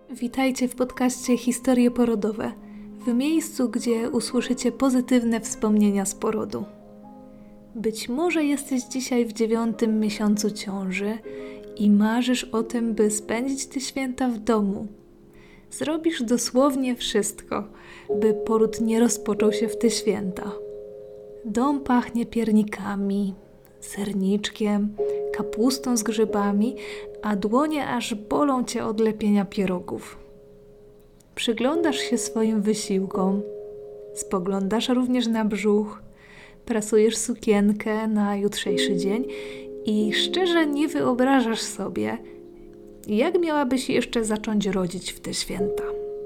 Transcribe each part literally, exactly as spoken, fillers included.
Witajcie w podcaście Historie porodowe, w miejscu, gdzie usłyszycie pozytywne wspomnienia z porodu. Być może jesteś dzisiaj w dziewiątym miesiącu ciąży i marzysz o tym, by spędzić te święta w domu. Zrobisz dosłownie wszystko, by poród nie rozpoczął się w te święta. Dom pachnie piernikami, serniczkiem, kapustą z grzybami, a dłonie aż bolą cię od lepienia pierogów. Przyglądasz się swoim wysiłkom, spoglądasz również na brzuch, prasujesz sukienkę na jutrzejszy dzień i szczerze nie wyobrażasz sobie, jak miałabyś jeszcze zacząć rodzić w te święta.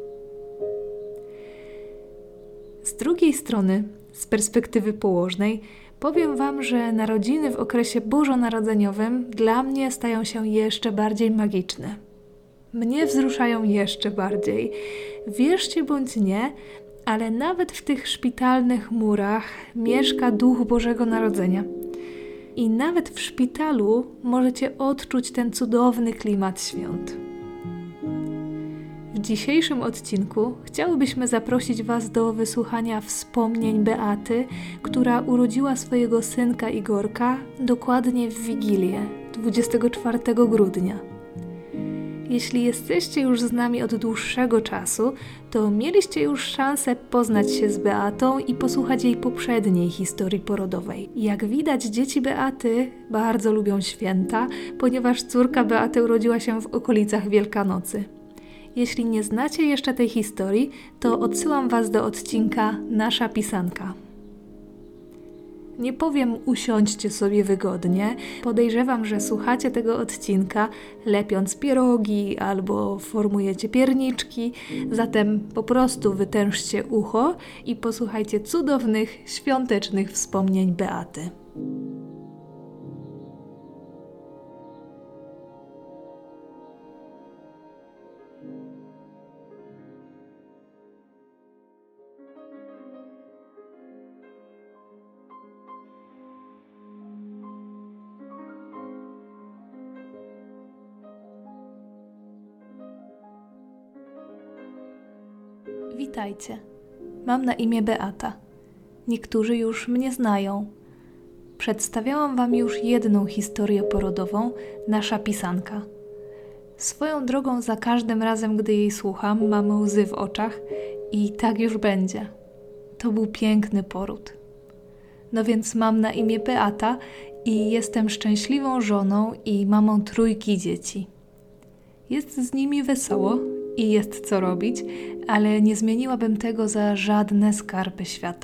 Z drugiej strony, z perspektywy położnej, powiem wam, że narodziny w okresie bożonarodzeniowym dla mnie stają się jeszcze bardziej magiczne. Mnie wzruszają jeszcze bardziej. Wierzcie bądź nie, ale nawet w tych szpitalnych murach mieszka Duch Bożego Narodzenia. I nawet w szpitalu możecie odczuć ten cudowny klimat świąt. W dzisiejszym odcinku chciałybyśmy zaprosić was do wysłuchania wspomnień Beaty, która urodziła swojego synka Igorka dokładnie w Wigilię, dwudziestego czwartego grudnia. Jeśli jesteście już z nami od dłuższego czasu, to mieliście już szansę poznać się z Beatą i posłuchać jej poprzedniej historii porodowej. Jak widać, dzieci Beaty bardzo lubią święta, ponieważ córka Beaty urodziła się w okolicach Wielkanocy. Jeśli nie znacie jeszcze tej historii, to odsyłam was do odcinka Nasza Pisanka. Nie powiem usiądźcie sobie wygodnie. Podejrzewam, że słuchacie tego odcinka lepiąc pierogi albo formujecie pierniczki. Zatem po prostu wytężcie ucho i posłuchajcie cudownych, świątecznych wspomnień Beaty. Witajcie. Mam na imię Beata. Niektórzy już mnie znają. Przedstawiałam wam już jedną historię porodową, Nasza Pisanka. Swoją drogą za każdym razem, gdy jej słucham, mam łzy w oczach i tak już będzie. To był piękny poród. No więc mam na imię Beata i jestem szczęśliwą żoną i mamą trójki dzieci. Jest z nimi wesoło i jest co robić, ale nie zmieniłabym tego za żadne skarby świata.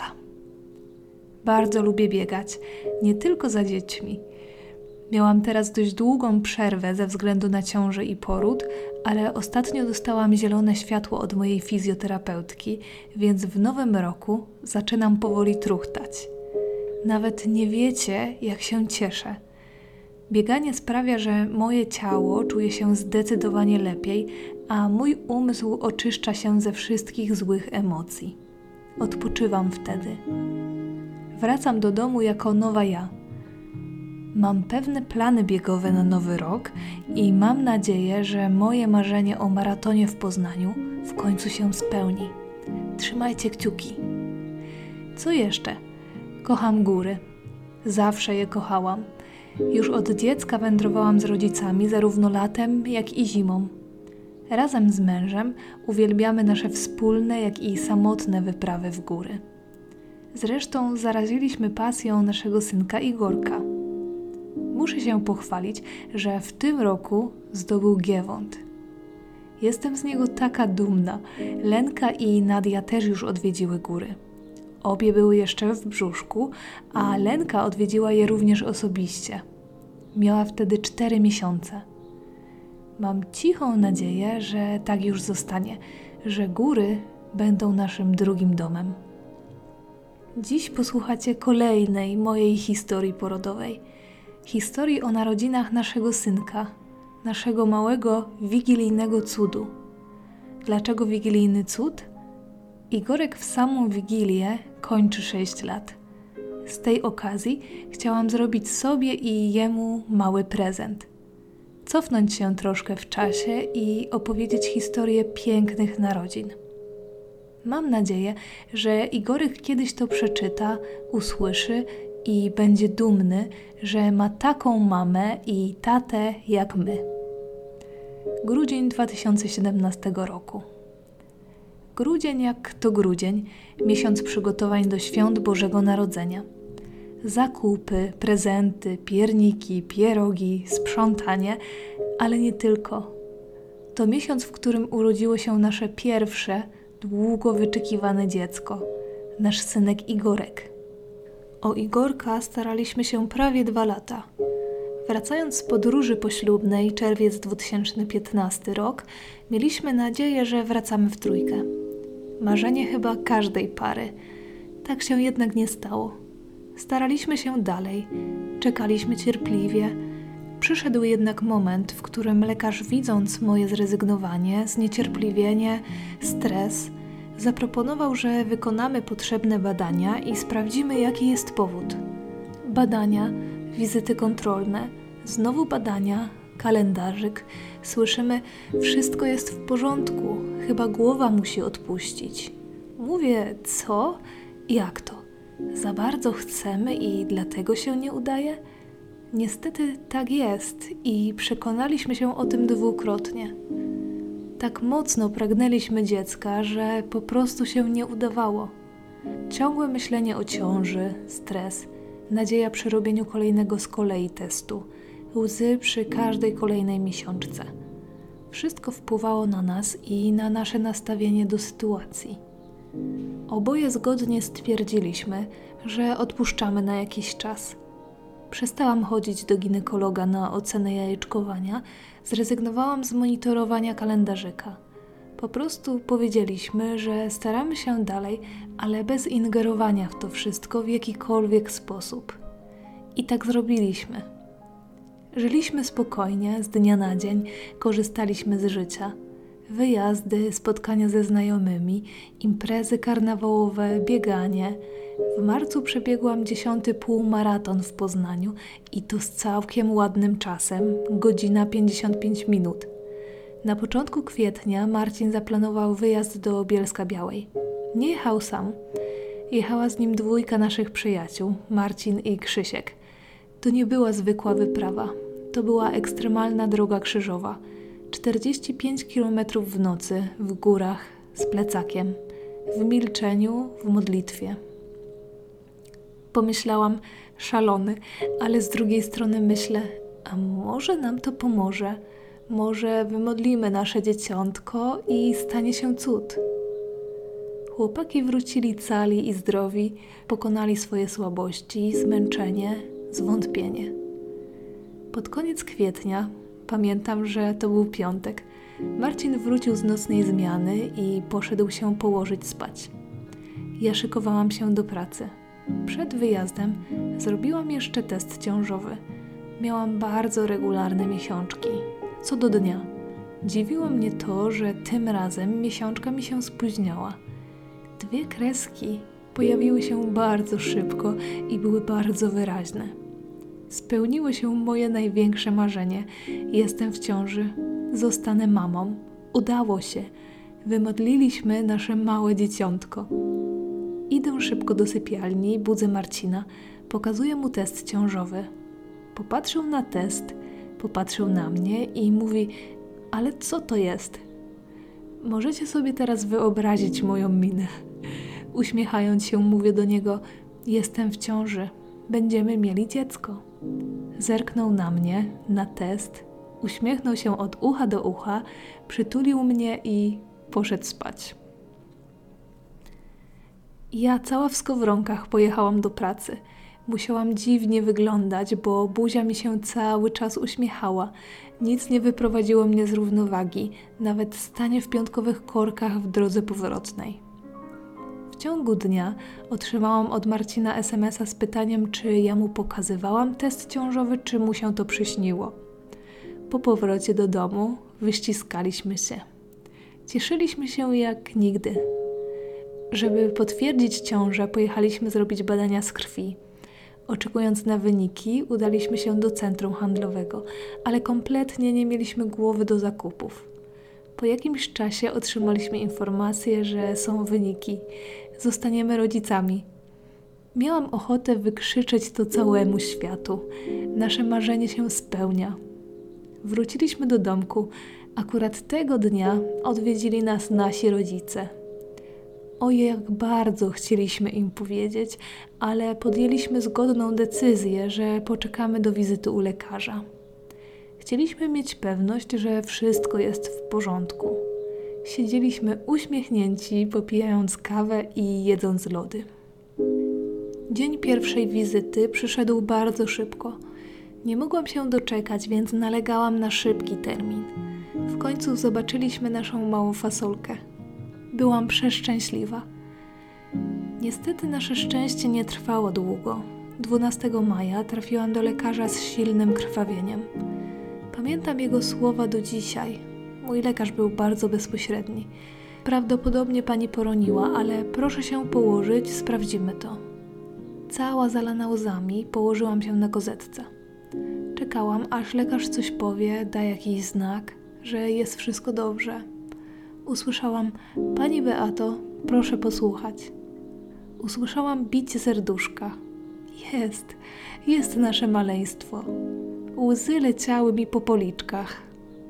Bardzo lubię biegać, nie tylko za dziećmi. Miałam teraz dość długą przerwę ze względu na ciążę i poród, ale ostatnio dostałam zielone światło od mojej fizjoterapeutki, więc w nowym roku zaczynam powoli truchtać. Nawet nie wiecie, jak się cieszę. Bieganie sprawia, że moje ciało czuje się zdecydowanie lepiej, a mój umysł oczyszcza się ze wszystkich złych emocji. Odpoczywam wtedy. Wracam do domu jako nowa ja. Mam pewne plany biegowe na nowy rok i mam nadzieję, że moje marzenie o maratonie w Poznaniu w końcu się spełni. Trzymajcie kciuki. Co jeszcze? Kocham góry. Zawsze je kochałam. Już od dziecka wędrowałam z rodzicami zarówno latem, jak i zimą. Razem z mężem uwielbiamy nasze wspólne, jak i samotne wyprawy w góry. Zresztą zaraziliśmy pasją naszego synka Igorka. Muszę się pochwalić, że w tym roku zdobył Giewont. Jestem z niego taka dumna. Lenka i Nadia też już odwiedziły góry. Obie były jeszcze w brzuszku, a Lenka odwiedziła je również osobiście. Miała wtedy cztery miesiące. Mam cichą nadzieję, że tak już zostanie, że góry będą naszym drugim domem. Dziś posłuchacie kolejnej mojej historii porodowej. Historii o narodzinach naszego synka, naszego małego wigilijnego cudu. Dlaczego wigilijny cud? Igorek w samą Wigilię kończy sześć lat. Z tej okazji chciałam zrobić sobie i jemu mały prezent. cofnąć się troszkę w czasie i opowiedzieć historię pięknych narodzin. Mam nadzieję, że Igorek kiedyś to przeczyta, usłyszy i będzie dumny, że ma taką mamę i tatę jak my. Grudzień dwa tysiące siedemnastego roku. Grudzień jak to grudzień, miesiąc przygotowań do świąt Bożego Narodzenia. Zakupy, prezenty, pierniki, pierogi, sprzątanie, ale nie tylko. To miesiąc, w którym urodziło się nasze pierwsze, długo wyczekiwane dziecko, nasz synek Igorek. O Igorka staraliśmy się prawie dwa lata. Wracając z podróży poślubnej, czerwiec dwa tysiące piętnasty rok, mieliśmy nadzieję, że wracamy w trójkę. Marzenie chyba każdej pary. Tak się jednak nie stało. Staraliśmy się dalej, czekaliśmy cierpliwie. Przyszedł jednak moment, w którym lekarz, widząc moje zrezygnowanie, zniecierpliwienie, stres, zaproponował, że wykonamy potrzebne badania i sprawdzimy, jaki jest powód. Badania, wizyty kontrolne, znowu badania, kalendarzyk. Słyszymy, wszystko jest w porządku, chyba głowa musi odpuścić. Mówię, co? Jak to? Za bardzo chcemy i dlatego się nie udaje? Niestety tak jest i przekonaliśmy się o tym dwukrotnie. Tak mocno pragnęliśmy dziecka, że po prostu się nie udawało. Ciągłe myślenie o ciąży, stres, nadzieja przy robieniu kolejnego z kolei testu, łzy przy każdej kolejnej miesiączce. Wszystko wpływało na nas i na nasze nastawienie do sytuacji. Oboje zgodnie stwierdziliśmy, że odpuszczamy na jakiś czas. Przestałam chodzić do ginekologa na ocenę jajeczkowania, zrezygnowałam z monitorowania kalendarzyka. Po prostu powiedzieliśmy, że staramy się dalej, ale bez ingerowania w to wszystko w jakikolwiek sposób. I tak zrobiliśmy. Żyliśmy spokojnie, z dnia na dzień, korzystaliśmy z życia. Wyjazdy, spotkania ze znajomymi, imprezy karnawałowe, bieganie. W marcu przebiegłam dziesiąty półmaraton w Poznaniu i to z całkiem ładnym czasem, godzina pięćdziesiąt pięć minut. Na początku kwietnia Marcin zaplanował wyjazd do Bielska-Białej. Nie jechał sam. Jechała z nim dwójka naszych przyjaciół, Marcin i Krzysiek. To nie była zwykła wyprawa. To była ekstremalna droga krzyżowa. czterdzieści pięć kilometrów w nocy, w górach, z plecakiem, w milczeniu, w modlitwie. Pomyślałam, szalony, ale z drugiej strony myślę, a może nam to pomoże? Może wymodlimy nasze dzieciątko i stanie się cud. Chłopaki wrócili cali i zdrowi, pokonali swoje słabości, zmęczenie, zwątpienie. Pod koniec kwietnia, pamiętam, że to był piątek, Marcin wrócił z nocnej zmiany i poszedł się położyć spać. Ja szykowałam się do pracy. Przed wyjazdem zrobiłam jeszcze test ciążowy. Miałam bardzo regularne miesiączki, co do dnia. Dziwiło mnie to, że tym razem miesiączka mi się spóźniała. Dwie kreski pojawiły się bardzo szybko i były bardzo wyraźne. Spełniło się moje największe marzenie. Jestem w ciąży. Zostanę mamą. Udało się. Wymodliliśmy nasze małe dzieciątko. Idę szybko do sypialni, budzę Marcina. Pokazuję mu test ciążowy. Popatrzył na test, popatrzył na mnie i mówi, ale co to jest? Możecie sobie teraz wyobrazić moją minę. Uśmiechając się, mówię do niego, jestem w ciąży. Będziemy mieli dziecko. Zerknął na mnie, na test, uśmiechnął się od ucha do ucha, przytulił mnie i poszedł spać. Ja cała w skowronkach pojechałam do pracy. Musiałam dziwnie wyglądać, bo buzia mi się cały czas uśmiechała. Nic nie wyprowadziło mnie z równowagi, nawet stanie w piątkowych korkach w drodze powrotnej. W ciągu dnia otrzymałam od Marcina es em es a z pytaniem, czy ja mu pokazywałam test ciążowy, czy mu się to przyśniło. Po powrocie do domu wyściskaliśmy się. Cieszyliśmy się jak nigdy. Żeby potwierdzić ciążę, pojechaliśmy zrobić badania z krwi. Oczekując na wyniki, udaliśmy się do centrum handlowego, ale kompletnie nie mieliśmy głowy do zakupów. Po jakimś czasie otrzymaliśmy informację, że są wyniki. Zostaniemy rodzicami. Miałam ochotę wykrzyczeć to całemu światu. Nasze marzenie się spełnia. Wróciliśmy do domku. Akurat tego dnia odwiedzili nas nasi rodzice. Ojej, jak bardzo chcieliśmy im powiedzieć, ale podjęliśmy zgodną decyzję, że poczekamy do wizyty u lekarza. Chcieliśmy mieć pewność, że wszystko jest w porządku. Siedzieliśmy uśmiechnięci, popijając kawę i jedząc lody. Dzień pierwszej wizyty przyszedł bardzo szybko. Nie mogłam się doczekać, więc nalegałam na szybki termin. W końcu zobaczyliśmy naszą małą fasolkę. Byłam przeszczęśliwa. Niestety nasze szczęście nie trwało długo. dwunastego maja trafiłam do lekarza z silnym krwawieniem. Pamiętam jego słowa do dzisiaj. Mój lekarz był bardzo bezpośredni. Prawdopodobnie pani poroniła, ale proszę się położyć, sprawdzimy to. Cała zalana łzami położyłam się na kozetce. Czekałam, aż lekarz coś powie, da jakiś znak, że jest wszystko dobrze. Usłyszałam: pani Beato, proszę posłuchać. Usłyszałam bicie serduszka. Jest, jest nasze maleństwo. Łzy leciały mi po policzkach.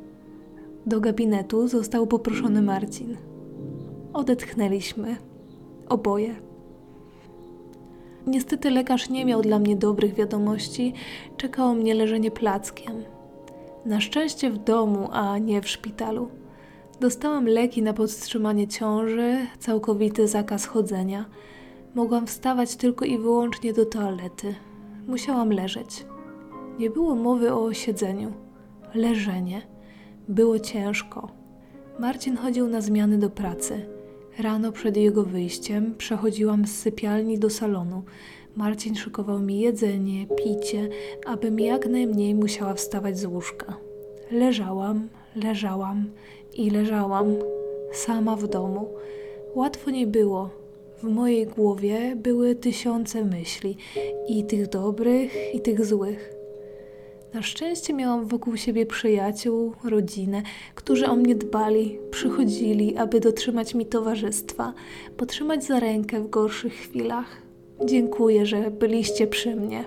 Do gabinetu został poproszony Marcin. Odetchnęliśmy. Oboje. Niestety lekarz nie miał dla mnie dobrych wiadomości. Czekało mnie leżenie plackiem. Na szczęście w domu, a nie w szpitalu. Dostałam leki na podtrzymanie ciąży, całkowity zakaz chodzenia. Mogłam wstawać tylko i wyłącznie do toalety. Musiałam leżeć. Nie było mowy o siedzeniu. Leżenie. Było ciężko. Marcin chodził na zmiany do pracy. Rano przed jego wyjściem przechodziłam z sypialni do salonu. Marcin szykował mi jedzenie, picie, abym jak najmniej musiała wstawać z łóżka. Leżałam, leżałam i leżałam, sama w domu. Łatwo nie było. W mojej głowie były tysiące myśli, i tych dobrych, i tych złych. Na szczęście miałam wokół siebie przyjaciół, rodzinę, którzy o mnie dbali, przychodzili, aby dotrzymać mi towarzystwa, potrzymać za rękę w gorszych chwilach. Dziękuję, że byliście przy mnie.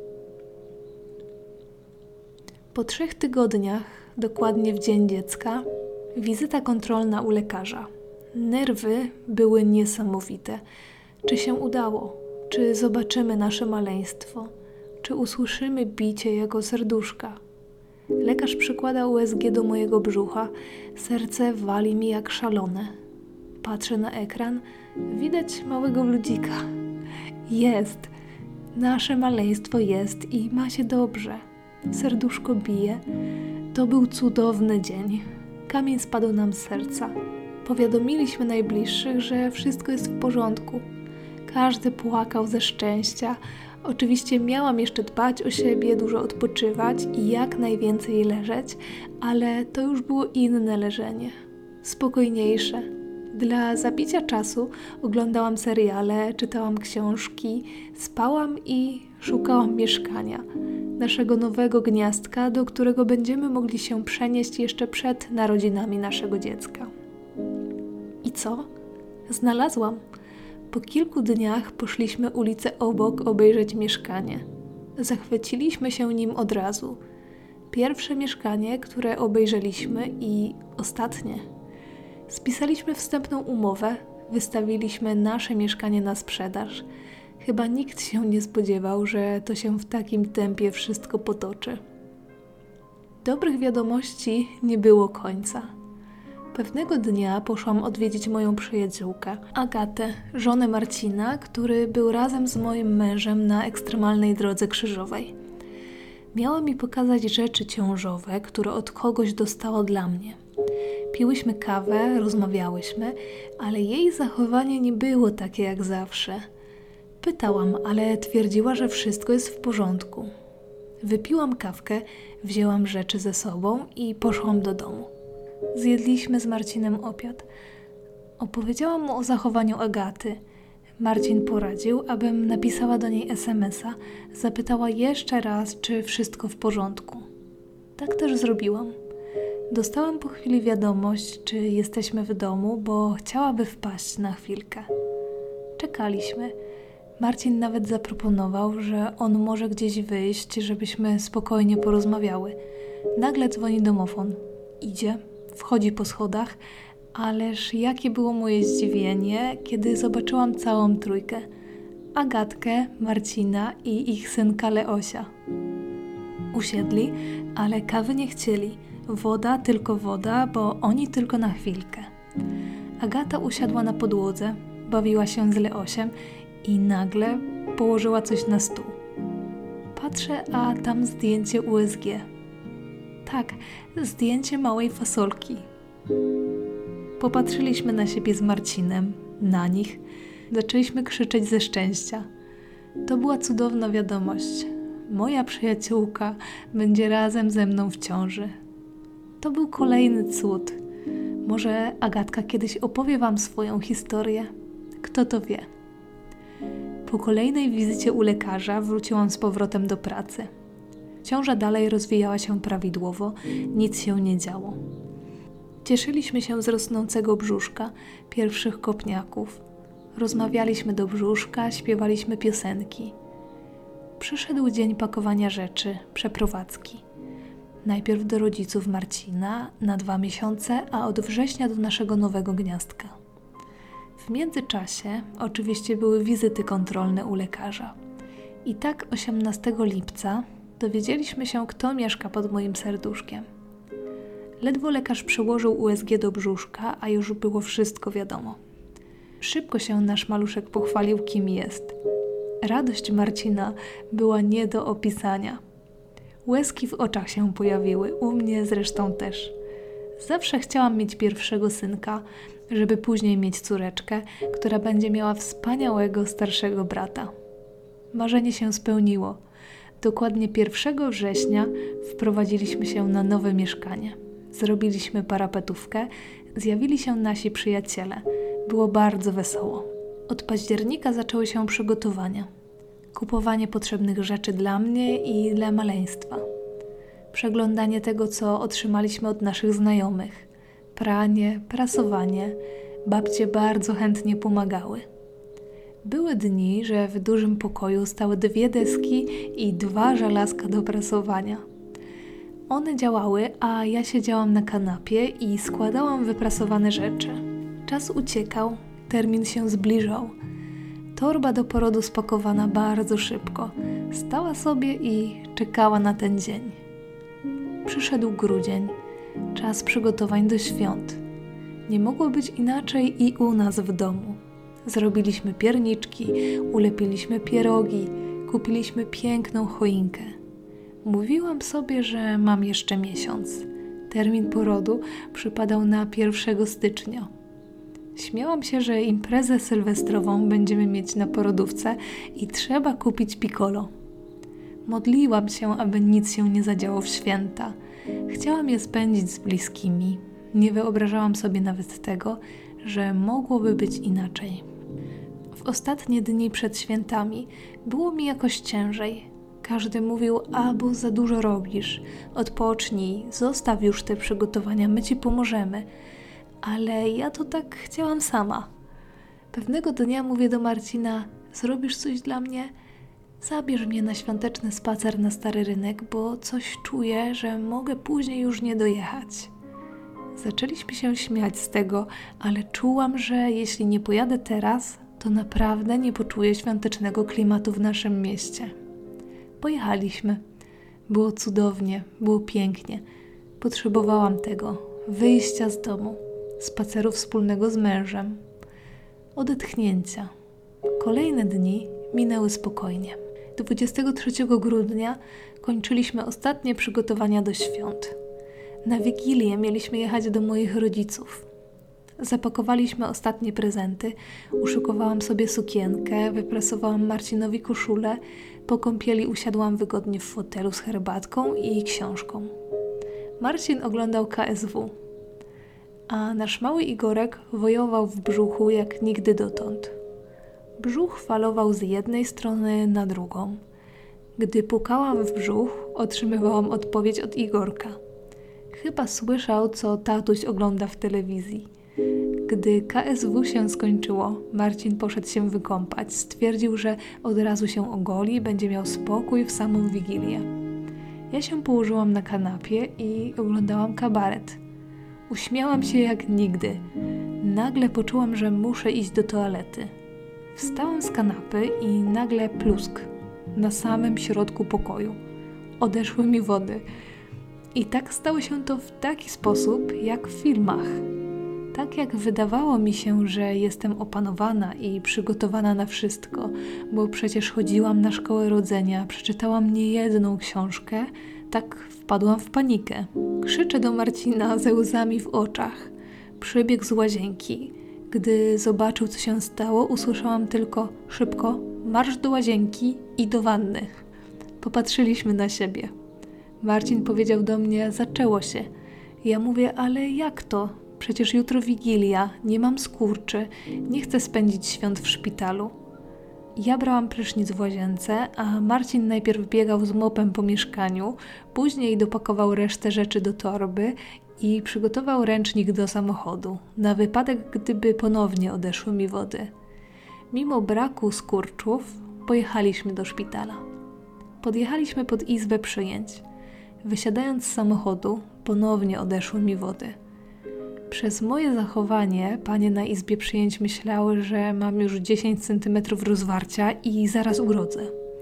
Po trzech tygodniach, dokładnie w Dzień Dziecka, wizyta kontrolna u lekarza. Nerwy były niesamowite. Czy się udało? Czy zobaczymy nasze maleństwo? Czy usłyszymy bicie jego serduszka? Lekarz przykłada U S G do mojego brzucha. Serce wali mi jak szalone. Patrzę na ekran. Widać małego ludzika. Jest. Nasze maleństwo jest i ma się dobrze. Serduszko bije. To był cudowny dzień. Kamień spadł nam z serca. Powiadomiliśmy najbliższych, że wszystko jest w porządku. Każdy płakał ze szczęścia. Oczywiście miałam jeszcze dbać o siebie, dużo odpoczywać i jak najwięcej leżeć, ale to już było inne leżenie. Spokojniejsze. Dla zabicia czasu oglądałam seriale, czytałam książki, spałam i szukałam mieszkania. Naszego nowego gniazdka, do którego będziemy mogli się przenieść jeszcze przed narodzinami naszego dziecka. I co? Znalazłam. Po kilku dniach poszliśmy ulicę obok obejrzeć mieszkanie. Zachwyciliśmy się nim od razu. Pierwsze mieszkanie, które obejrzeliśmy i ostatnie. Spisaliśmy wstępną umowę, wystawiliśmy nasze mieszkanie na sprzedaż. Chyba nikt się nie spodziewał, że to się w takim tempie wszystko potoczy. Dobrych wiadomości nie było końca. Pewnego dnia poszłam odwiedzić moją przyjaciółkę, Agatę, żonę Marcina, który był razem z moim mężem na ekstremalnej drodze krzyżowej. Miała mi pokazać rzeczy ciążowe, które od kogoś dostała dla mnie. Piłyśmy kawę, rozmawiałyśmy, ale jej zachowanie nie było takie jak zawsze. Pytałam, ale twierdziła, że wszystko jest w porządku. Wypiłam kawkę, wzięłam rzeczy ze sobą i poszłam do domu. Zjedliśmy z Marcinem obiad. Opowiedziałam mu o zachowaniu Agaty. Marcin poradził, abym napisała do niej es em es a, zapytała jeszcze raz, czy wszystko w porządku. Tak też zrobiłam. Dostałam po chwili wiadomość, czy jesteśmy w domu, bo chciałaby wpaść na chwilkę. Czekaliśmy. Marcin nawet zaproponował, że on może gdzieś wyjść, żebyśmy spokojnie porozmawiały. Nagle dzwoni domofon. Idzie, wchodzi po schodach, ależ jakie było moje zdziwienie, kiedy zobaczyłam całą trójkę. Agatkę, Marcina i ich synka Leosia. Usiedli, ale kawy nie chcieli. Woda, tylko woda, bo oni tylko na chwilkę. Agata usiadła na podłodze, bawiła się z Leosiem i nagle położyła coś na stół. Patrzę, a tam zdjęcie u es gie. Tak, zdjęcie małej fasolki. Popatrzyliśmy na siebie z Marcinem, na nich. Zaczęliśmy krzyczeć ze szczęścia. To była cudowna wiadomość. Moja przyjaciółka będzie razem ze mną w ciąży. To był kolejny cud. Może Agatka kiedyś opowie wam swoją historię. Kto to wie. Po kolejnej wizycie u lekarza wróciłam z powrotem do pracy. Ciąża dalej rozwijała się prawidłowo, nic się nie działo. Cieszyliśmy się z rosnącego brzuszka, pierwszych kopniaków. Rozmawialiśmy do brzuszka, śpiewaliśmy piosenki. Przyszedł dzień pakowania rzeczy, przeprowadzki. Najpierw do rodziców Marcina na dwa miesiące, a od września do naszego nowego gniazdka. W międzyczasie oczywiście były wizyty kontrolne u lekarza. I tak osiemnastego lipca dowiedzieliśmy się, kto mieszka pod moim serduszkiem. Ledwo lekarz przyłożył u es gie do brzuszka, a już było wszystko wiadomo. Szybko się nasz maluszek pochwalił, kim jest. Radość Marcina była nie do opisania. Łezki w oczach się pojawiły, u mnie zresztą też. Zawsze chciałam mieć pierwszego synka, żeby później mieć córeczkę, która będzie miała wspaniałego starszego brata. Marzenie się spełniło. Dokładnie pierwszego września wprowadziliśmy się na nowe mieszkanie. Zrobiliśmy parapetówkę, zjawili się nasi przyjaciele. Było bardzo wesoło. Od października zaczęły się przygotowania. Kupowanie potrzebnych rzeczy dla mnie i dla maleństwa. Przeglądanie tego, co otrzymaliśmy od naszych znajomych. Pranie, prasowanie. Babcie bardzo chętnie pomagały. Były dni, że w dużym pokoju stały dwie deski i dwa żelazka do prasowania. One działały, a ja siedziałam na kanapie i składałam wyprasowane rzeczy. Czas uciekał, termin się zbliżał. Torba do porodu spakowana bardzo szybko. Stała sobie i czekała na ten dzień. Przyszedł grudzień, czas przygotowań do świąt. Nie mogło być inaczej i u nas w domu. Zrobiliśmy pierniczki, ulepiliśmy pierogi, kupiliśmy piękną choinkę. Mówiłam sobie, że mam jeszcze miesiąc. Termin porodu przypadał na pierwszego stycznia. Śmiałam się, że imprezę sylwestrową będziemy mieć na porodówce i trzeba kupić piccolo. Modliłam się, aby nic się nie zadziało w święta. Chciałam je spędzić z bliskimi. Nie wyobrażałam sobie nawet tego, że mogłoby być inaczej. W ostatnie dni przed świętami było mi jakoś ciężej. Każdy mówił, albo za dużo robisz, odpocznij, zostaw już te przygotowania, my ci pomożemy. Ale ja to tak chciałam sama. Pewnego dnia mówię do Marcina, zrobisz coś dla mnie? Zabierz mnie na świąteczny spacer na Stary Rynek, bo coś czuję, że mogę później już nie dojechać. Zaczęliśmy się śmiać z tego, ale czułam, że jeśli nie pojadę teraz, to naprawdę nie poczuję świątecznego klimatu w naszym mieście. Pojechaliśmy. Było cudownie, było pięknie. Potrzebowałam tego, wyjścia z domu, spaceru wspólnego z mężem, odetchnięcia. Kolejne dni minęły spokojnie. dwudziestego trzeciego grudnia kończyliśmy ostatnie przygotowania do świąt. Na Wigilię mieliśmy jechać do moich rodziców. Zapakowaliśmy ostatnie prezenty, uszykowałam sobie sukienkę, wyprasowałam Marcinowi koszulę, po kąpieli usiadłam wygodnie w fotelu z herbatką i książką. Marcin oglądał ka es wu, a nasz mały Igorek wojował w brzuchu jak nigdy dotąd. Brzuch falował z jednej strony na drugą. Gdy pukałam w brzuch, otrzymywałam odpowiedź od Igorka. Chyba słyszał, co tatuś ogląda w telewizji. Gdy K S W się skończyło, Marcin poszedł się wykąpać. Stwierdził, że od razu się ogoli i będzie miał spokój w samą Wigilię. Ja się położyłam na kanapie i oglądałam kabaret. Uśmiałam się jak nigdy. Nagle poczułam, że muszę iść do toalety. Wstałam z kanapy i nagle plusk. Na samym środku pokoju. Odeszły mi wody. I tak stało się to w taki sposób, jak w filmach. Tak jak wydawało mi się, że jestem opanowana i przygotowana na wszystko, bo przecież chodziłam na szkołę rodzenia, przeczytałam niejedną książkę, tak wpadłam w panikę. Krzyczę do Marcina ze łzami w oczach. Przybiegł z łazienki. Gdy zobaczył, co się stało, usłyszałam tylko szybko: marsz do łazienki i do wanny. Popatrzyliśmy na siebie. Marcin powiedział do mnie: zaczęło się. Ja mówię: ale jak to? Przecież jutro Wigilia, nie mam skurczy, nie chcę spędzić świąt w szpitalu. Ja brałam prysznic w łazience, a Marcin najpierw biegał z mopem po mieszkaniu, później dopakował resztę rzeczy do torby i przygotował ręcznik do samochodu, na wypadek, gdyby ponownie odeszły mi wody. Mimo braku skurczów, pojechaliśmy do szpitala. Podjechaliśmy pod izbę przyjęć. Wysiadając z samochodu, ponownie odeszły mi wody. Przez moje zachowanie panie na izbie przyjęć myślały, że mam już dziesięć centymetrów rozwarcia i zaraz urodzę.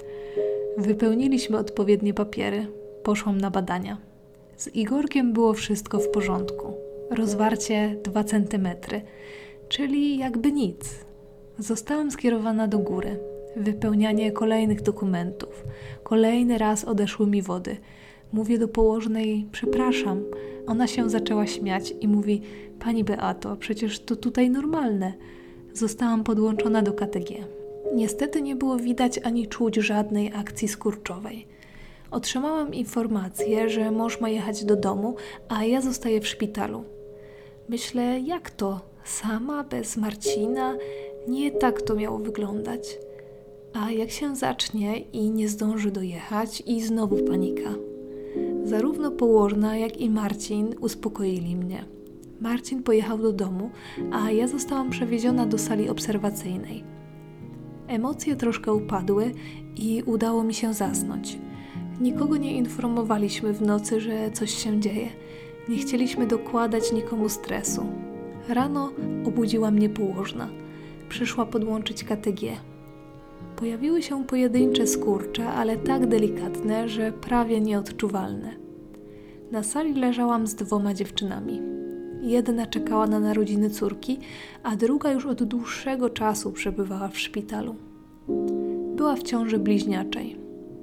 Wypełniliśmy odpowiednie papiery. Poszłam na badania. Z Igorkiem było wszystko w porządku. Rozwarcie dwa centymetry, czyli jakby nic. Zostałam skierowana do góry. Wypełnianie kolejnych dokumentów. Kolejny raz odeszły mi wody. Mówię do położnej: przepraszam. Ona się zaczęła śmiać i mówi: pani Beato, przecież to tutaj normalne. Zostałam podłączona do K T G. Niestety nie było widać ani czuć żadnej akcji skurczowej. Otrzymałam informację, że mąż ma jechać do domu, a ja zostaję w szpitalu. Myślę: jak to? Sama, bez Marcina? Nie tak to miało wyglądać. A jak się zacznie i nie zdąży dojechać, i znowu panika. Zarówno położna, jak i Marcin uspokoili mnie. Marcin pojechał do domu, a ja zostałam przewieziona do sali obserwacyjnej. Emocje troszkę upadły i udało mi się zasnąć. Nikogo nie informowaliśmy w nocy, że coś się dzieje. Nie chcieliśmy dokładać nikomu stresu. Rano obudziła mnie położna. Przyszła podłączyć K T G. Pojawiły się pojedyncze skurcze, ale tak delikatne, że prawie nieodczuwalne. Na sali leżałam z dwoma dziewczynami. Jedna czekała na narodziny córki, a druga już od dłuższego czasu przebywała w szpitalu. Była w ciąży bliźniaczej.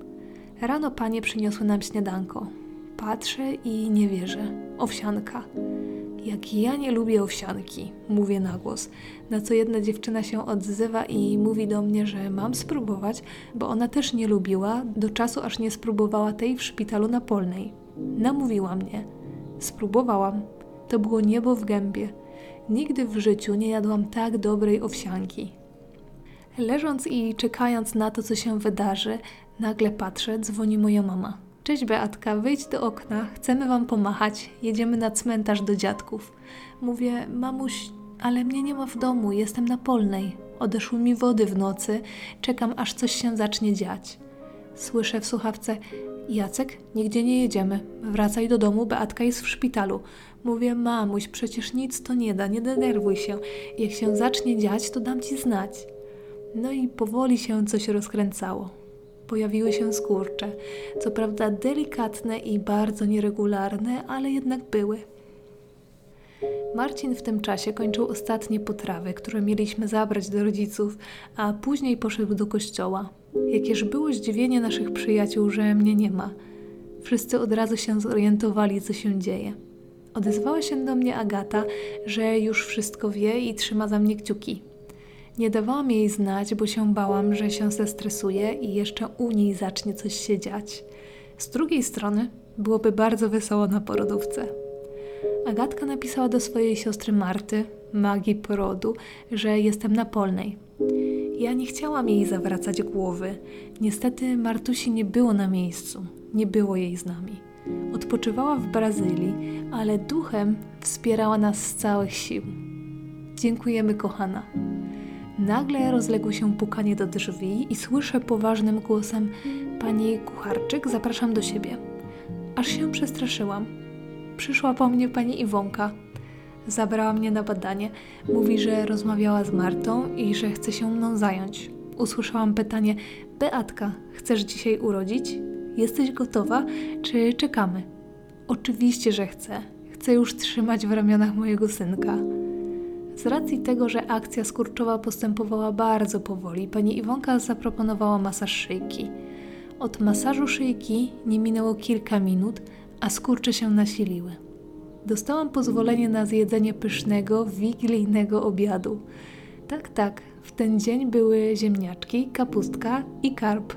Rano panie przyniosły nam śniadanko. Patrzę i nie wierzę. Owsianka. Jak ja nie lubię owsianki, mówię na głos, na co jedna dziewczyna się odzywa i mówi do mnie, że mam spróbować, bo ona też nie lubiła, do czasu aż nie spróbowała tej w szpitalu na Polnej. Namówiła mnie. Spróbowałam. To było niebo w gębie. Nigdy w życiu nie jadłam tak dobrej owsianki. Leżąc i czekając na to, co się wydarzy, nagle patrzę, dzwoni moja mama. Cześć Beatka, wyjdź do okna, chcemy wam pomachać, jedziemy na cmentarz do dziadków. Mówię: mamuś, ale mnie nie ma w domu, jestem na Polnej. Odeszły mi wody w nocy, czekam aż coś się zacznie dziać. Słyszę w słuchawce: Jacek, nigdzie nie jedziemy, wracaj do domu, Beatka jest w szpitalu. Mówię: mamuś, przecież nic to nie da, nie denerwuj się, jak się zacznie dziać, to dam ci znać. No i powoli się coś rozkręcało. Pojawiły się skurcze, co prawda delikatne i bardzo nieregularne, ale jednak były. Marcin w tym czasie kończył ostatnie potrawy, które mieliśmy zabrać do rodziców, a później poszedł do kościoła. Jakież było zdziwienie naszych przyjaciół, że mnie nie ma. Wszyscy od razu się zorientowali, co się dzieje. Odezwała się do mnie Agata, że już wszystko wie i trzyma za mnie kciuki. Nie dawałam jej znać, bo się bałam, że się zestresuje i jeszcze u niej zacznie coś się dziać. Z drugiej strony byłoby bardzo wesoło na porodówce. Agatka napisała do swojej siostry Marty, magii porodu, że jestem na Polnej. Ja nie chciałam jej zawracać głowy. Niestety Martusi nie było na miejscu. Nie było jej z nami. Odpoczywała w Brazylii, ale duchem wspierała nas z całych sił. Dziękujemy, kochana. Nagle rozległo się pukanie do drzwi i słyszę poważnym głosem: pani Kucharczyk, zapraszam do siebie. Aż się przestraszyłam. Przyszła po mnie pani Iwonka. Zabrała mnie na badanie. Mówi, że rozmawiała z Martą i że chce się mną zająć. Usłyszałam pytanie: Beatka, chcesz dzisiaj urodzić? Jesteś gotowa, czy czekamy? Oczywiście, że chcę. Chcę już trzymać w ramionach mojego synka. Z racji tego, że akcja skurczowa postępowała bardzo powoli, pani Iwonka zaproponowała masaż szyjki. Od masażu szyjki nie minęło kilka minut, a skurcze się nasiliły. Dostałam pozwolenie na zjedzenie pysznego, wigilijnego obiadu. Tak, tak, w ten dzień były ziemniaczki, kapustka i karp.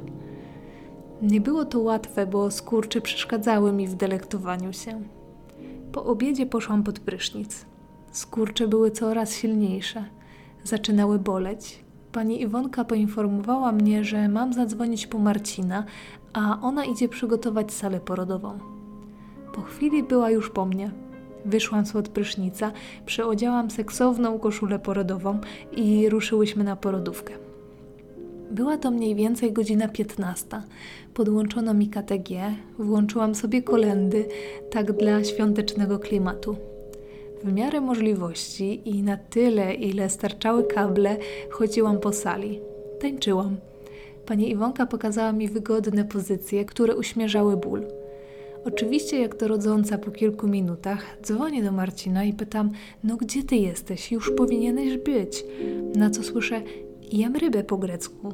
Nie było to łatwe, bo skurcze przeszkadzały mi w delektowaniu się. Po obiedzie poszłam pod prysznic. Skurcze były coraz silniejsze. Zaczynały boleć. Pani Iwonka poinformowała mnie, że mam zadzwonić po Marcina, a ona idzie przygotować salę porodową. Po chwili była już po mnie. Wyszłam spod prysznica, przyodziałam seksowną koszulę porodową i ruszyłyśmy na porodówkę. Była to mniej więcej godzina piętnasta. Podłączono mi K T G, włączyłam sobie kolędy, tak dla świątecznego klimatu. W miarę możliwości i na tyle, ile starczały kable, chodziłam po sali. Tańczyłam. Pani Iwonka pokazała mi wygodne pozycje, które uśmierzały ból. Oczywiście, jak to rodząca po kilku minutach, dzwonię do Marcina i pytam: no gdzie ty jesteś? Już powinieneś być. Na co słyszę: jem rybę po grecku.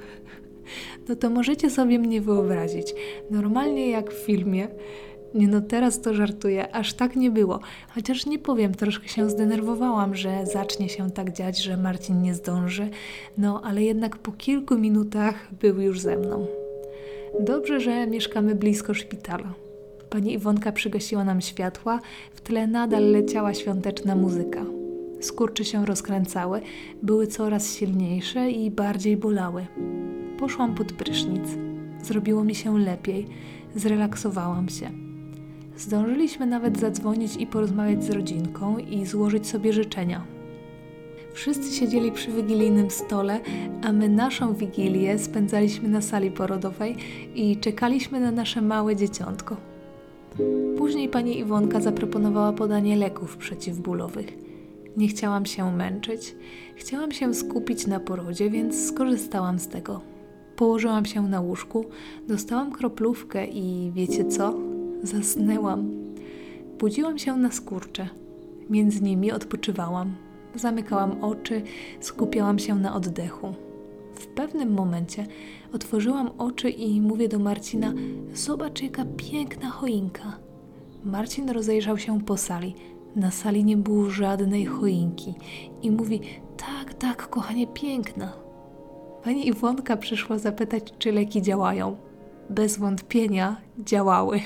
No to możecie sobie mnie wyobrazić. Normalnie jak w filmie. Nie no, teraz to żartuję, aż tak nie było. Chociaż nie powiem, troszkę się zdenerwowałam, że zacznie się tak dziać, że Marcin nie zdąży. No, ale jednak po kilku minutach był już ze mną. Dobrze, że mieszkamy blisko szpitala. Pani Iwonka przygasiła nam światła, w tle nadal leciała świąteczna muzyka. Skurcze się rozkręcały, były coraz silniejsze i bardziej bolały. Poszłam pod prysznic. Zrobiło mi się lepiej. Zrelaksowałam się. Zdążyliśmy nawet zadzwonić i porozmawiać z rodzinką i złożyć sobie życzenia. Wszyscy siedzieli przy wigilijnym stole, a my naszą wigilię spędzaliśmy na sali porodowej i czekaliśmy na nasze małe dzieciątko. Później pani Iwonka zaproponowała podanie leków przeciwbólowych. Nie chciałam się męczyć. Chciałam się skupić na porodzie, więc skorzystałam z tego. Położyłam się na łóżku, dostałam kroplówkę i wiecie co? Zasnęłam. Budziłam się na skurcze. Między nimi odpoczywałam. Zamykałam oczy, skupiałam się na oddechu. W pewnym momencie otworzyłam oczy i mówię do Marcina: zobacz, jaka piękna choinka. Marcin rozejrzał się po sali. Na sali nie było żadnej choinki i mówi: tak, tak, kochanie, piękna. Pani Iwonka przyszła zapytać, czy leki działają. Bez wątpienia działały.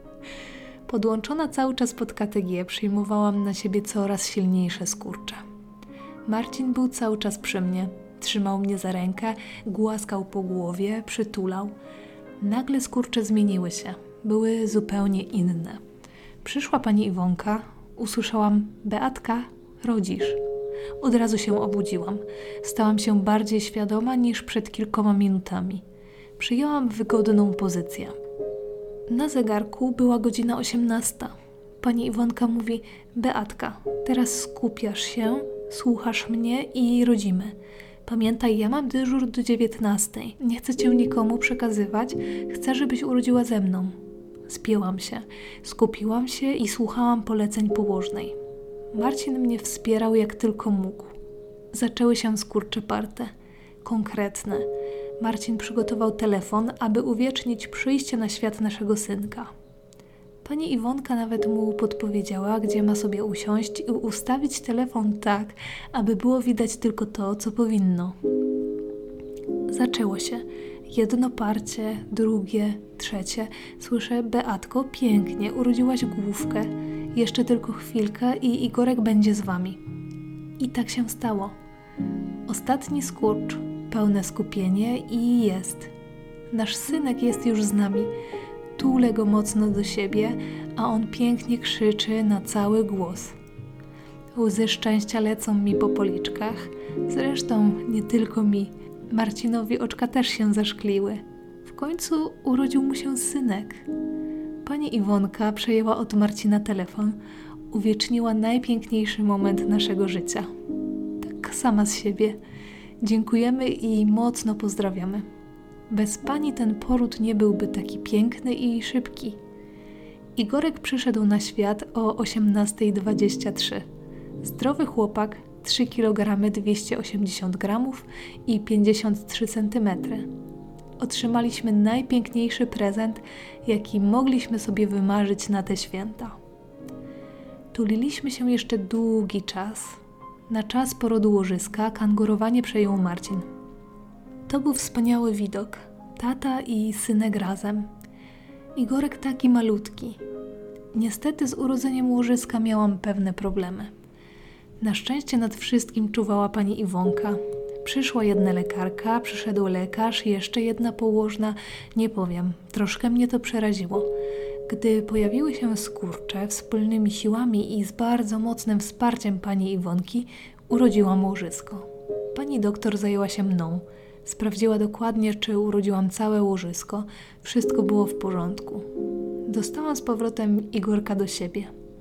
Podłączona cały czas pod K T G, przyjmowałam na siebie coraz silniejsze skurcze. Marcin był cały czas przy mnie. Trzymał mnie za rękę, głaskał po głowie, przytulał. Nagle skurcze zmieniły się. Były zupełnie inne. Przyszła pani Iwonka. Usłyszałam: Beatka, rodzisz. Od razu się obudziłam. Stałam się bardziej świadoma niż przed kilkoma minutami. Przyjęłam wygodną pozycję. Na zegarku była godzina osiemnasta. Pani Iwonka mówi: Beatka, teraz skupiasz się, słuchasz mnie i rodzimy. Pamiętaj, ja mam dyżur do dziewiętnastej. Nie chcę cię nikomu przekazywać. Chcę, żebyś urodziła ze mną. Spięłam się, skupiłam się i słuchałam poleceń położnej. Marcin mnie wspierał jak tylko mógł. Zaczęły się skurcze parte. Konkretne. Marcin przygotował telefon, aby uwiecznić przyjście na świat naszego synka. Pani Iwonka nawet mu podpowiedziała, gdzie ma sobie usiąść i ustawić telefon tak, aby było widać tylko to, co powinno. Zaczęło się. Jedno parcie, drugie, trzecie. Słyszę: Beatko, pięknie, urodziłaś główkę. Jeszcze tylko chwilkę i Igorek będzie z wami. I tak się stało. Ostatni skurcz, pełne skupienie i jest. Nasz synek jest już z nami. Tulę go mocno do siebie, a on pięknie krzyczy na cały głos. Łzy szczęścia lecą mi po policzkach. Zresztą nie tylko mi. Marcinowi oczka też się zaszkliły. W końcu urodził mu się synek. Pani Iwonka przejęła od Marcina telefon. Uwieczniła najpiękniejszy moment naszego życia. Tak sama z siebie. Dziękujemy i mocno pozdrawiamy. Bez pani ten poród nie byłby taki piękny i szybki. Igorek przyszedł na świat o osiemnasta dwadzieścia trzy. Zdrowy chłopak, trzy kilogramy dwieście osiemdziesiąt gramów i pięćdziesiąt trzy centymetry. Otrzymaliśmy najpiękniejszy prezent, jaki mogliśmy sobie wymarzyć na te święta. Tuliliśmy się jeszcze długi czas. Na czas porodu łożyska kangurowanie przejął Marcin. To był wspaniały widok. Tata i synek razem. Igorek taki malutki. Niestety z urodzeniem łożyska miałam pewne problemy. Na szczęście nad wszystkim czuwała pani Iwonka. Przyszła jedna lekarka, przyszedł lekarz, jeszcze jedna położna. Nie powiem, troszkę mnie to przeraziło. Gdy pojawiły się skurcze, wspólnymi siłami i z bardzo mocnym wsparciem pani Iwonki urodziłam łożysko. Pani doktor zajęła się mną. Sprawdziła dokładnie, czy urodziłam całe łożysko. Wszystko było w porządku. Dostałam z powrotem Igorka do siebie.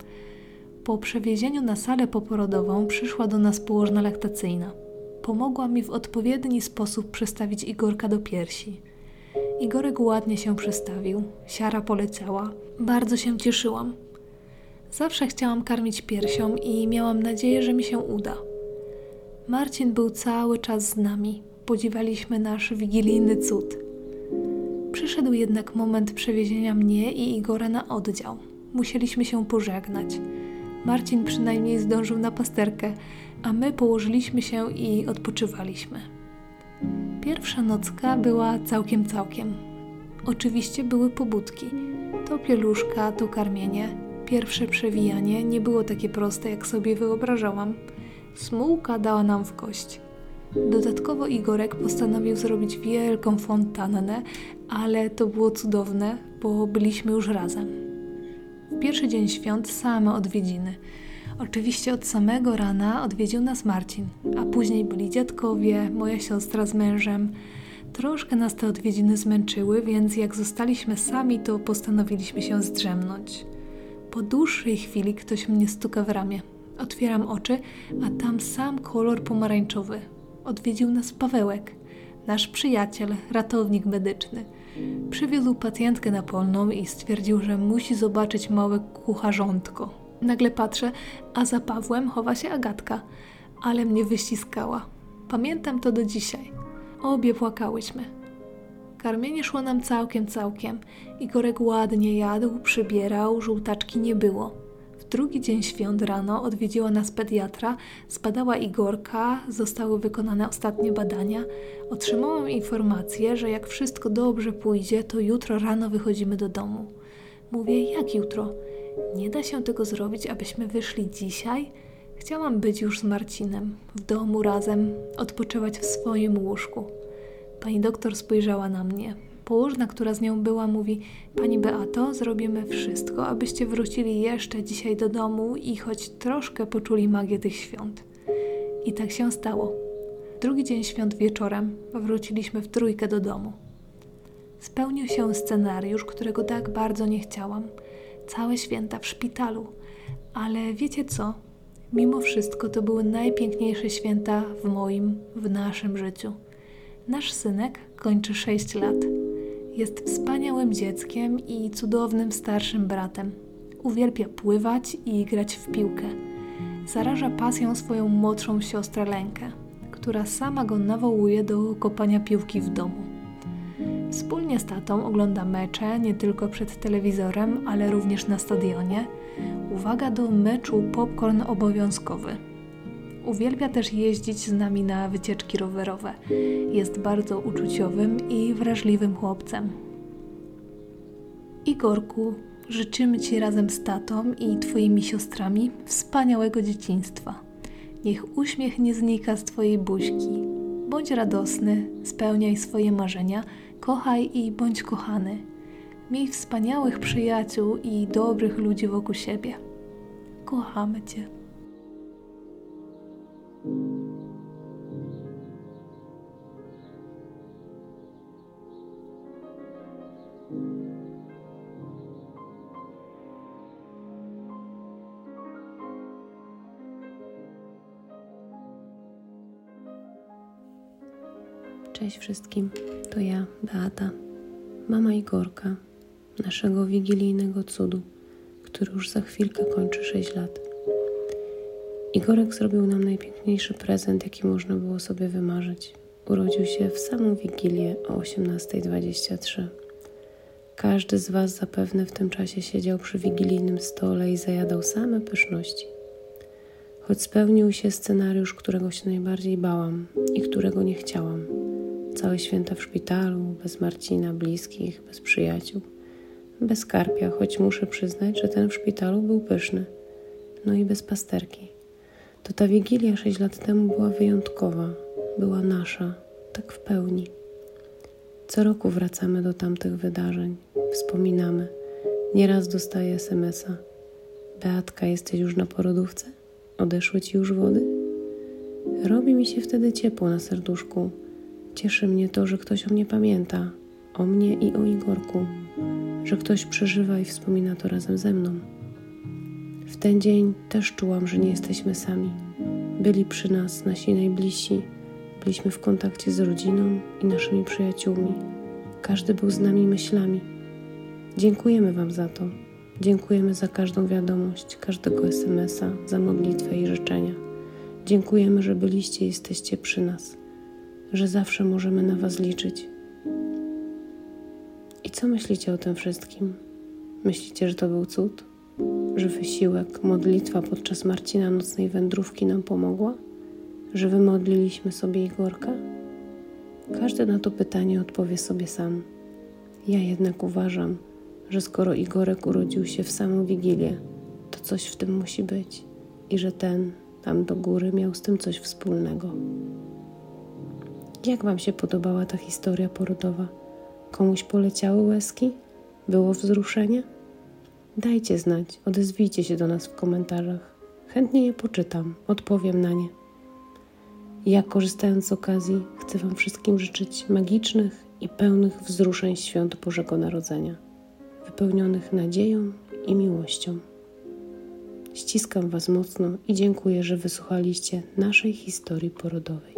Po przewiezieniu na salę poporodową przyszła do nas położna laktacyjna. Pomogła mi w odpowiedni sposób przestawić Igorka do piersi. Igorek ładnie się przestawił, siara poleciała. Bardzo się cieszyłam. Zawsze chciałam karmić piersią i miałam nadzieję, że mi się uda. Marcin był cały czas z nami. Podziwialiśmy nasz wigilijny cud. Przyszedł jednak moment przewiezienia mnie i Igora na oddział. Musieliśmy się pożegnać. Marcin przynajmniej zdążył na pasterkę, a my położyliśmy się i odpoczywaliśmy. Pierwsza nocka była całkiem całkiem. Oczywiście były pobudki. To pieluszka, to karmienie. Pierwsze przewijanie nie było takie proste, jak sobie wyobrażałam. Smułka dała nam w kość. Dodatkowo Igorek postanowił zrobić wielką fontannę, ale to było cudowne, bo byliśmy już razem. W pierwszy dzień świąt same odwiedziny. Oczywiście od samego rana odwiedził nas Marcin, a później byli dziadkowie, moja siostra z mężem. Troszkę nas te odwiedziny zmęczyły, więc jak zostaliśmy sami, to postanowiliśmy się zdrzemnąć. Po dłuższej chwili ktoś mnie stuka w ramię. Otwieram oczy, a tam sam kolor pomarańczowy. Odwiedził nas Pawełek, nasz przyjaciel, ratownik medyczny. Przywiózł pacjentkę na polną i stwierdził, że musi zobaczyć małe kucharzątko. Nagle patrzę, a za Pawłem chowa się Agatka, ale mnie wyściskała. Pamiętam to do dzisiaj. Obie płakałyśmy. Karmienie szło nam całkiem, całkiem. Igorek ładnie jadł, przybierał, żółtaczki nie było. W drugi dzień świąt rano odwiedziła nas pediatra, zbadała Igorka, zostały wykonane ostatnie badania. Otrzymałam informację, że jak wszystko dobrze pójdzie, to jutro rano wychodzimy do domu. Mówię, jak jutro? Nie da się tego zrobić, abyśmy wyszli dzisiaj? Chciałam być już z Marcinem, w domu razem, odpoczywać w swoim łóżku. Pani doktor spojrzała na mnie. Położna, która z nią była, mówi: Pani Beato, zrobimy wszystko, abyście wrócili jeszcze dzisiaj do domu i choć troszkę poczuli magię tych świąt. I tak się stało. Drugi dzień świąt wieczorem wróciliśmy w trójkę do domu. Spełnił się scenariusz, którego tak bardzo nie chciałam. Całe święta w szpitalu. Ale wiecie co? Mimo wszystko to były najpiękniejsze święta w moim, w naszym życiu. Nasz synek kończy sześć lat. Jest wspaniałym dzieckiem i cudownym starszym bratem. Uwielbia pływać i grać w piłkę. Zaraża pasją swoją młodszą siostrę Lenkę, która sama go nawołuje do kopania piłki w domu. Wspólnie z tatą ogląda mecze nie tylko przed telewizorem, ale również na stadionie. Uwaga, do meczu popcorn obowiązkowy. Uwielbia też jeździć z nami na wycieczki rowerowe. Jest bardzo uczuciowym i wrażliwym chłopcem. Igorku, życzymy Ci razem z tatą i Twoimi siostrami wspaniałego dzieciństwa. Niech uśmiech nie znika z Twojej buźki, Bądź radosny, spełniaj swoje marzenia, kochaj i bądź kochany. Miej wspaniałych przyjaciół i dobrych ludzi wokół siebie. Kochamy Cię. Cześć wszystkim, to ja, Beata, mama Igorka, naszego wigilijnego cudu, który już za chwilkę kończy sześć lat. Igorek zrobił nam najpiękniejszy prezent, jaki można było sobie wymarzyć. Urodził się w samą Wigilię o osiemnasta dwadzieścia trzy. Każdy z Was zapewne w tym czasie siedział przy wigilijnym stole i zajadał same pyszności. Choć spełnił się scenariusz, którego się najbardziej bałam i którego nie chciałam. Całe święta w szpitalu, bez Marcina, bliskich, bez przyjaciół, bez Karpia, choć muszę przyznać, że ten w szpitalu był pyszny. No i bez pasterki. To ta Wigilia sześć lat temu była wyjątkowa, była nasza, tak w pełni. Co roku wracamy do tamtych wydarzeń, wspominamy. Nieraz dostaję es em es a. Beatka, jesteś już na porodówce? Odeszły Ci już wody? Robi mi się wtedy ciepło na serduszku. Cieszy mnie to, że ktoś o mnie pamięta, o mnie i o Igorku, że ktoś przeżywa i wspomina to razem ze mną. W ten dzień też czułam, że nie jesteśmy sami. Byli przy nas nasi najbliżsi, byliśmy w kontakcie z rodziną i naszymi przyjaciółmi. Każdy był z nami myślami. Dziękujemy Wam za to. Dziękujemy za każdą wiadomość, każdego es em es a, za modlitwę i życzenia. Dziękujemy, że byliście i jesteście przy nas, że zawsze możemy na Was liczyć. I co myślicie o tym wszystkim? Myślicie, że to był cud? Że wysiłek, modlitwa podczas Marcina nocnej wędrówki nam pomogła? Że wymodliliśmy sobie Igorka? Każdy na to pytanie odpowie sobie sam. Ja jednak uważam, że skoro Igorek urodził się w samą Wigilię, to coś w tym musi być i że ten tam do góry miał z tym coś wspólnego. Jak Wam się podobała ta historia porodowa? Komuś poleciały łezki? Było wzruszenie? Dajcie znać, odezwijcie się do nas w komentarzach. Chętnie je poczytam, odpowiem na nie. Ja, korzystając z okazji, chcę Wam wszystkim życzyć magicznych i pełnych wzruszeń świąt Bożego Narodzenia, wypełnionych nadzieją i miłością. Ściskam Was mocno i dziękuję, że wysłuchaliście naszej historii porodowej.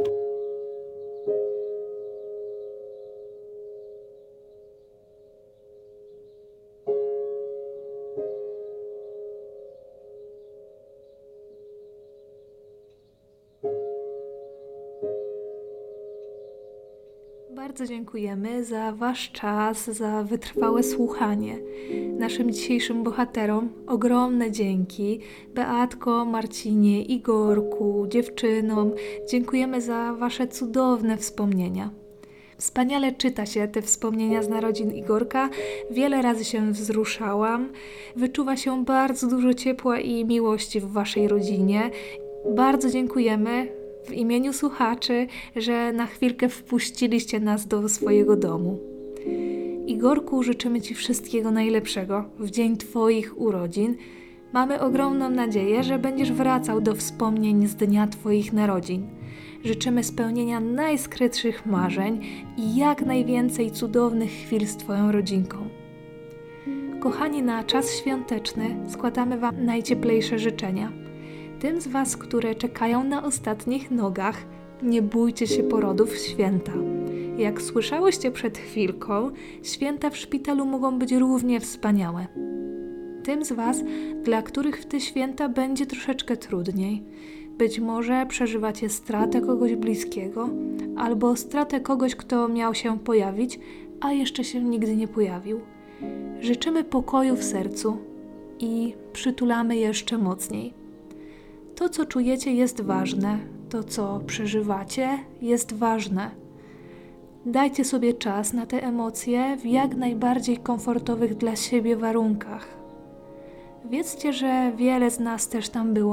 Bardzo dziękujemy za Wasz czas, za wytrwałe słuchanie. Naszym dzisiejszym bohaterom ogromne dzięki. Beatko, Marcinie, Igorku, dziewczynom. Dziękujemy za Wasze cudowne wspomnienia. Wspaniale czyta się te wspomnienia z narodzin Igorka. Wiele razy się wzruszałam. Wyczuwa się bardzo dużo ciepła i miłości w Waszej rodzinie. Bardzo dziękujemy w imieniu słuchaczy, że na chwilkę wpuściliście nas do swojego domu. Igorku, życzymy Ci wszystkiego najlepszego w dzień Twoich urodzin. Mamy ogromną nadzieję, że będziesz wracał do wspomnień z dnia Twoich narodzin. Życzymy spełnienia najskrytszych marzeń i jak najwięcej cudownych chwil z Twoją rodzinką. Kochani, na czas świąteczny składamy Wam najcieplejsze życzenia. Tym z Was, które czekają na ostatnich nogach, nie bójcie się porodów w święta. Jak słyszałyście przed chwilką, święta w szpitalu mogą być równie wspaniałe. Tym z Was, dla których w te święta będzie troszeczkę trudniej. Być może przeżywacie stratę kogoś bliskiego, albo stratę kogoś, kto miał się pojawić, a jeszcze się nigdy nie pojawił. Życzymy pokoju w sercu i przytulamy jeszcze mocniej. To, co czujecie, jest ważne. To, co przeżywacie, jest ważne. Dajcie sobie czas na te emocje w jak najbardziej komfortowych dla siebie warunkach. Wiedzcie, że wiele z nas też tam było.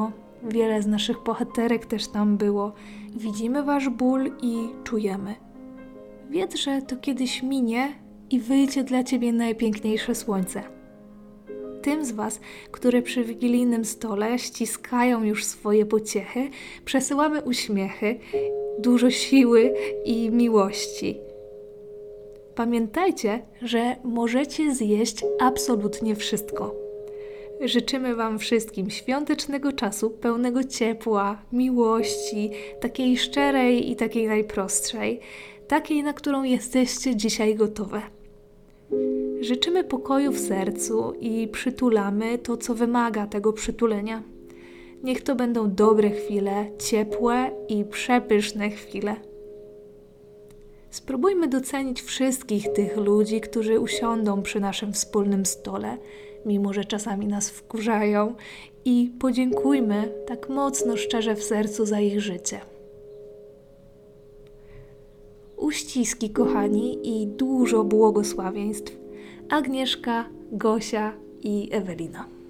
Wiele z naszych bohaterek też tam było. Widzimy wasz ból i czujemy. Wiedz, że to kiedyś minie i wyjdzie dla ciebie najpiękniejsze słońce. Tym z was, które przy wigilijnym stole ściskają już swoje pociechy, przesyłamy uśmiechy, dużo siły i miłości. Pamiętajcie, że możecie zjeść absolutnie wszystko. Życzymy wam wszystkim świątecznego czasu, pełnego ciepła, miłości, takiej szczerej i takiej najprostszej, takiej, na którą jesteście dzisiaj gotowe. Życzymy pokoju w sercu i przytulamy to, co wymaga tego przytulenia. Niech to będą dobre chwile, ciepłe i przepyszne chwile. Spróbujmy docenić wszystkich tych ludzi, którzy usiądą przy naszym wspólnym stole, mimo że czasami nas wkurzają, i podziękujmy tak mocno, szczerze w sercu za ich życie. Uściski, kochani, i dużo błogosławieństw. Agnieszka, Gosia i Ewelina.